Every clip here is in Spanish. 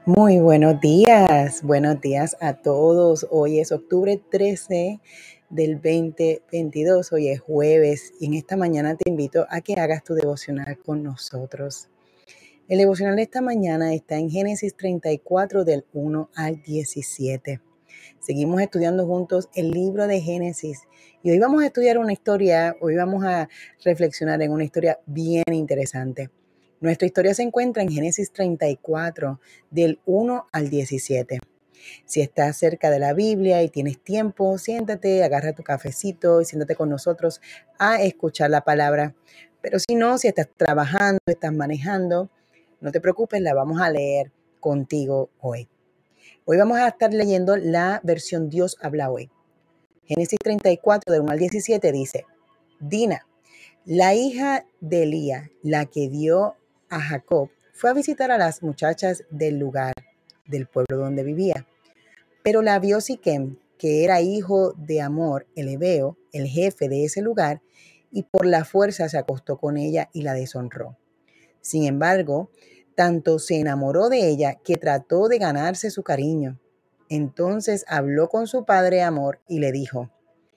Muy buenos días a todos. Hoy es octubre 13 del 2022, hoy es jueves y en esta mañana te invito a que hagas tu devocional con nosotros. El devocional de esta mañana está en Génesis 34 del 1 al 17. Seguimos estudiando juntos el libro de Génesis y hoy vamos a estudiar hoy vamos a reflexionar en una historia bien interesante. Nuestra historia se encuentra en Génesis 34, del 1 al 17. Si estás cerca de la Biblia y tienes tiempo, siéntate, agarra tu cafecito y siéntate con nosotros a escuchar la palabra. Pero si no, si estás trabajando, estás manejando, no te preocupes, la vamos a leer contigo hoy. Hoy vamos a estar leyendo la versión Dios habla hoy. Génesis 34, del 1 al 17 dice: Dina, la hija de Elía, la que dio a Jacob, fue a visitar a las muchachas del lugar, del pueblo donde vivía. Pero la vio Siquem, que era hijo de Amor, el heveo, el jefe de ese lugar, y por la fuerza se acostó con ella y la deshonró. Sin embargo, tanto se enamoró de ella que trató de ganarse su cariño. Entonces habló con su padre Amor y le dijo: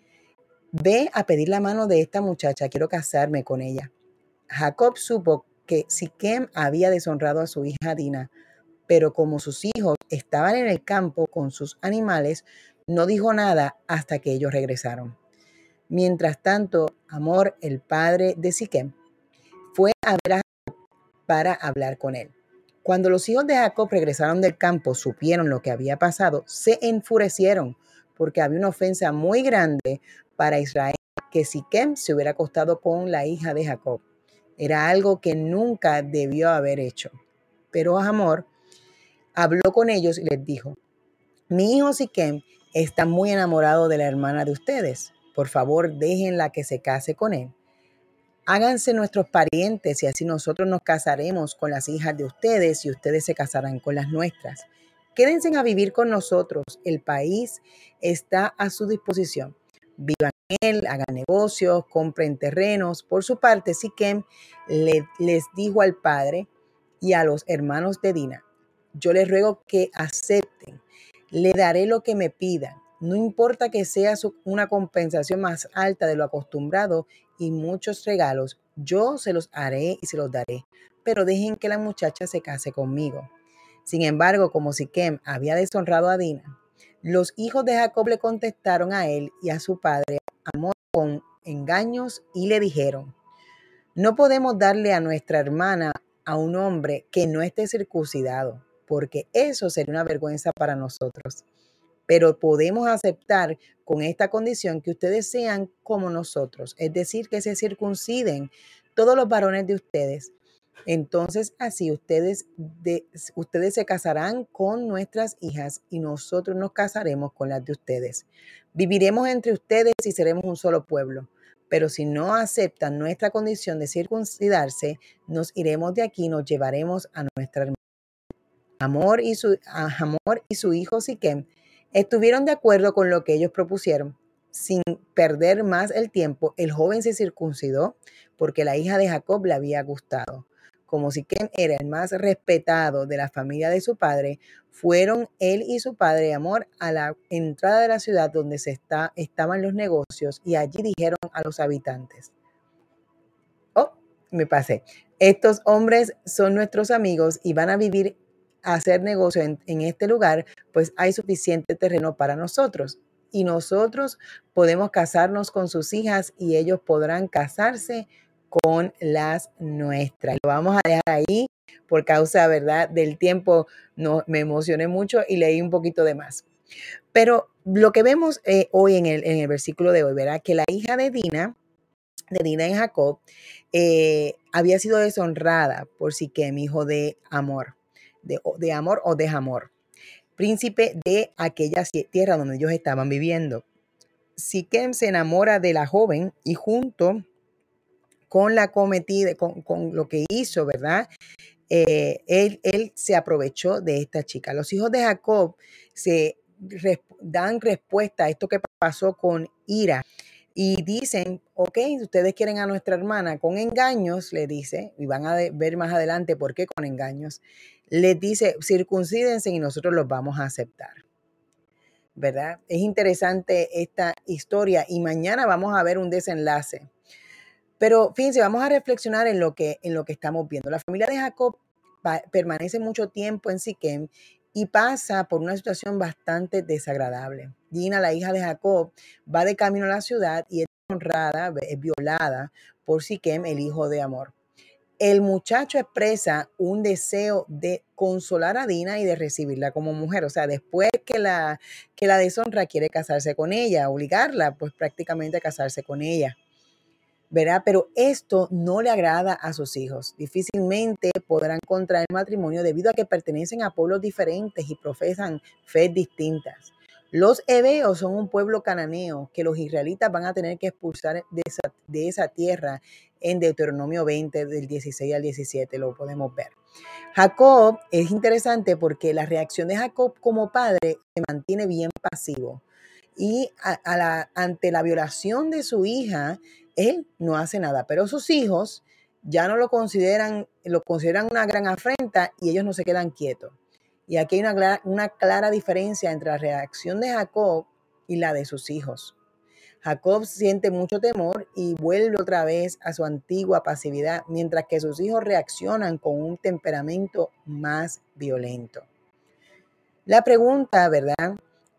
Ve a pedir la mano de esta muchacha, quiero casarme con ella. Jacob supo que Siquem había deshonrado a su hija Dina, pero como sus hijos estaban en el campo con sus animales, no dijo nada hasta que ellos regresaron. Mientras tanto, Amor, el padre de Siquem, fue a ver a Jacob para hablar con él. Cuando los hijos de Jacob regresaron del campo, supieron lo que había pasado, se enfurecieron porque había una ofensa muy grande para Israel que Siquem se hubiera acostado con la hija de Jacob. Era algo que nunca debió haber hecho. Pero Hamor habló con ellos y les dijo: Mi hijo Siquem está muy enamorado de la hermana de ustedes. Por favor, déjenla que se case con él. Háganse nuestros parientes y así nosotros nos casaremos con las hijas de ustedes y ustedes se casarán con las nuestras. Quédense a vivir con nosotros. El país está a su disposición. Vivan en él, hagan negocios, compren terrenos. Por su parte, Siquem les dijo al padre y a los hermanos de Dina: Yo les ruego que acepten. Le daré lo que me pidan. No importa que sea una compensación más alta de lo acostumbrado y muchos regalos, yo se los haré y se los daré, pero dejen que la muchacha se case conmigo. Sin embargo, como Siquem había deshonrado a Dina, los hijos de Jacob le contestaron a él y a su padre Amor con engaños y le dijeron: No podemos darle a nuestra hermana a un hombre que no esté circuncidado, porque eso sería una vergüenza para nosotros. Pero podemos aceptar con esta condición que ustedes sean como nosotros, es decir, que se circunciden todos los varones de ustedes. Entonces así ustedes se casarán con nuestras hijas y nosotros nos casaremos con las de ustedes. Viviremos entre ustedes y seremos un solo pueblo. Pero si no aceptan nuestra condición de circuncidarse, nos iremos de aquí y nos llevaremos a nuestra hermana. Amor y su hijo Siquem estuvieron de acuerdo con lo que ellos propusieron. Sin perder más el tiempo, el joven se circuncidó porque la hija de Jacob le había gustado. Como Siquem era el más respetado de la familia de su padre, fueron él y su padre Amor a la entrada de la ciudad donde estaban los negocios y allí dijeron a los habitantes: Oh, me pasé. Estos hombres son nuestros amigos y van a vivir a hacer negocio en este lugar, pues hay suficiente terreno para nosotros. Y nosotros podemos casarnos con sus hijas y ellos podrán casarse con las nuestras. Lo vamos a dejar ahí por causa, ¿verdad?, del tiempo. No, me emocioné mucho y leí un poquito de más. Pero lo que vemos hoy en el versículo de hoy, ¿verdad?, que la hija de Dina y Jacob, había sido deshonrada por Siquem, hijo de Amor, de Amor o de Hamor, príncipe de aquella tierra donde ellos estaban viviendo. Siquem se enamora de la joven y junto con la cometida, con lo que hizo, ¿verdad? Él se aprovechó de esta chica. Los hijos de Jacob dan respuesta a esto que pasó con ira Y dicen, ok, ustedes quieren a nuestra hermana con engaños, le dice, y van a ver más adelante por qué con engaños, les dice, circuncídense y nosotros los vamos a aceptar, ¿verdad? Es interesante esta historia y mañana vamos a ver un desenlace. Pero fíjense, vamos a reflexionar en lo que estamos viendo. La familia de Jacob permanece mucho tiempo en Siquem y pasa por una situación bastante desagradable. Dina, la hija de Jacob, va de camino a la ciudad y es honrada, es violada por Siquem, el hijo de Amor. El muchacho expresa un deseo de consolar a Dina y de recibirla como mujer. O sea, después que la deshonra, quiere casarse con ella, obligarla pues prácticamente a casarse con ella. ¿Verdad? Pero esto no le agrada a sus hijos. Difícilmente podrán contraer matrimonio debido a que pertenecen a pueblos diferentes y profesan fe distintas. Los heveos son un pueblo cananeo que los israelitas van a tener que expulsar de esa tierra en Deuteronomio 20, del 16 al 17, lo podemos ver. Jacob es interesante porque la reacción de Jacob como padre se mantiene bien pasivo y ante la violación de su hija, él no hace nada, pero sus hijos ya no lo consideran una gran afrenta y ellos no se quedan quietos. Y aquí hay una clara diferencia entre la reacción de Jacob y la de sus hijos. Jacob siente mucho temor y vuelve otra vez a su antigua pasividad, mientras que sus hijos reaccionan con un temperamento más violento. La pregunta, ¿verdad?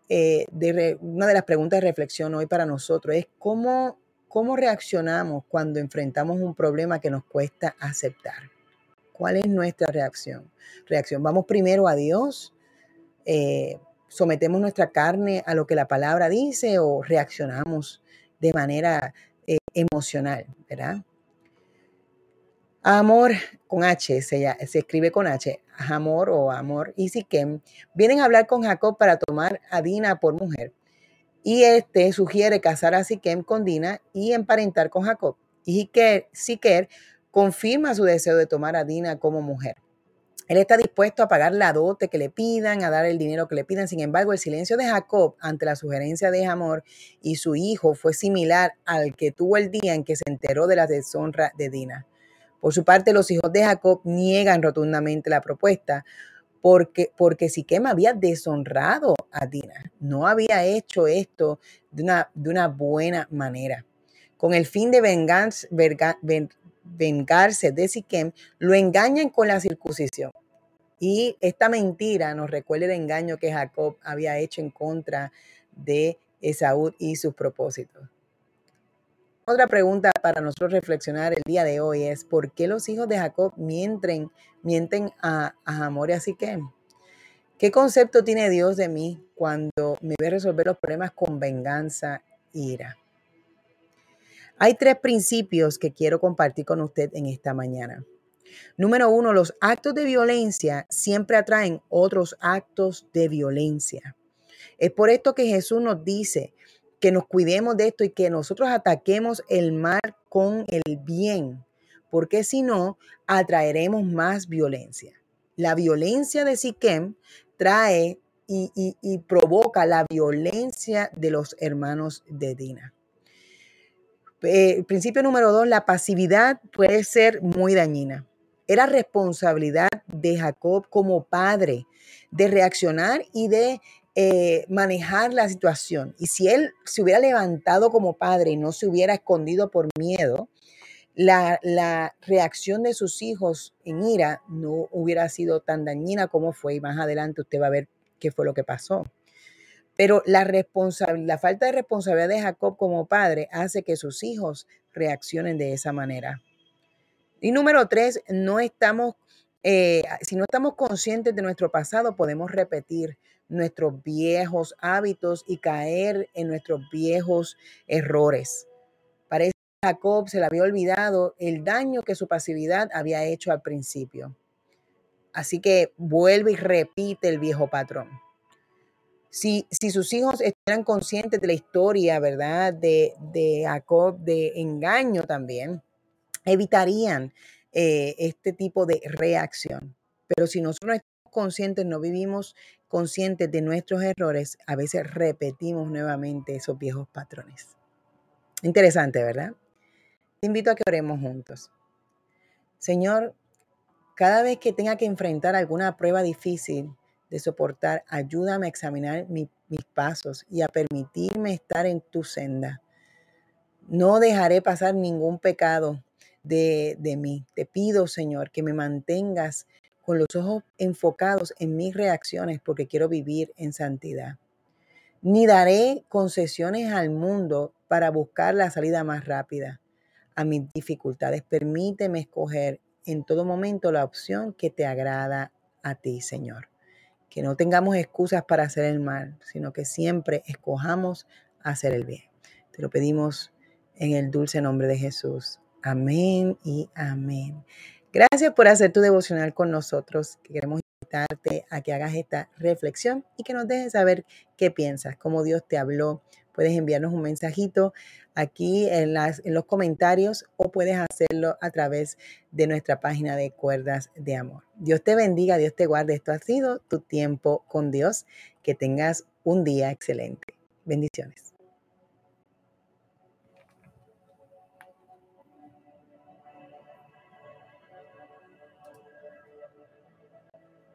Una de las preguntas de reflexión hoy para nosotros es cómo reaccionamos cuando enfrentamos un problema que nos cuesta aceptar. ¿Cuál es nuestra reacción? ¿Vamos primero a Dios? ¿Sometemos nuestra carne a lo que la palabra dice o reaccionamos de manera emocional, ¿verdad? Amor con H, se escribe con H, Amor o Amor y Siquem vienen a hablar con Jacob para tomar a Dina por mujer. Y este sugiere casar a Siquem con Dina y emparentar con Jacob. Y Siquem confirma su deseo de tomar a Dina como mujer. Él está dispuesto a pagar la dote que le pidan, a dar el dinero que le pidan. Sin embargo, el silencio de Jacob ante la sugerencia de Hamor y su hijo fue similar al que tuvo el día en que se enteró de la deshonra de Dina. Por su parte, los hijos de Jacob niegan rotundamente la propuesta porque Siquem había deshonrado a Dina. No había hecho esto de una buena manera. Con el fin de vengarse de Siquem, lo engañan con la circuncisión. Y esta mentira nos recuerda el engaño que Jacob había hecho en contra de Esaú y sus propósitos. Otra pregunta para nosotros reflexionar el día de hoy es ¿por qué los hijos de Jacob mienten a Hamor y a Siquem? ¿Qué concepto tiene Dios de mí cuando me ve resolver los problemas con venganza e ira? Hay 3 principios que quiero compartir con usted en esta mañana. Número 1, los actos de violencia siempre atraen otros actos de violencia. Es por esto que Jesús nos dice que nos cuidemos de esto y que nosotros ataquemos el mal con el bien, porque si no, atraeremos más violencia. La violencia de Siquem trae y provoca la violencia de los hermanos de Dina. Principio número 2, la pasividad puede ser muy dañina. Era responsabilidad de Jacob como padre de reaccionar y de manejar la situación. Y si él se hubiera levantado como padre y no se hubiera escondido por miedo, la reacción de sus hijos en ira no hubiera sido tan dañina como fue. Y más adelante usted va a ver qué fue lo que pasó. Pero la falta de responsabilidad de Jacob como padre hace que sus hijos reaccionen de esa manera. Y número 3, si no estamos conscientes de nuestro pasado, podemos repetir nuestros viejos hábitos y caer en nuestros viejos errores. Parece que a Jacob se le había olvidado el daño que su pasividad había hecho al principio. Así que vuelve y repite el viejo patrón. Si sus hijos estuvieran conscientes de la historia, ¿verdad? De Jacob, de engaño también, evitarían este tipo de reacción. Pero si nosotros no estamos conscientes, no vivimos conscientes de nuestros errores, a veces repetimos nuevamente esos viejos patrones. Interesante, ¿verdad? Te invito a que oremos juntos. Señor, cada vez que tenga que enfrentar alguna prueba difícil de soportar, ayúdame a examinar mis pasos y a permitirme estar en tu senda. No dejaré pasar ningún pecado de mí. Te pido, Señor, que me mantengas con los ojos enfocados en mis reacciones porque quiero vivir en santidad. Ni daré concesiones al mundo para buscar la salida más rápida a mis dificultades. Permíteme escoger en todo momento la opción que te agrada a ti, Señor. Que no tengamos excusas para hacer el mal, sino que siempre escojamos hacer el bien. Te lo pedimos en el dulce nombre de Jesús. Amén y amén. Gracias por hacer tu devocional con nosotros. Queremos invitarte a que hagas esta reflexión y que nos dejes saber qué piensas, cómo Dios te habló. Puedes enviarnos un mensajito aquí en los comentarios o puedes hacerlo a través de nuestra página de Cuerdas de Amor. Dios te bendiga, Dios te guarde. Esto ha sido tu tiempo con Dios. Que tengas un día excelente. Bendiciones.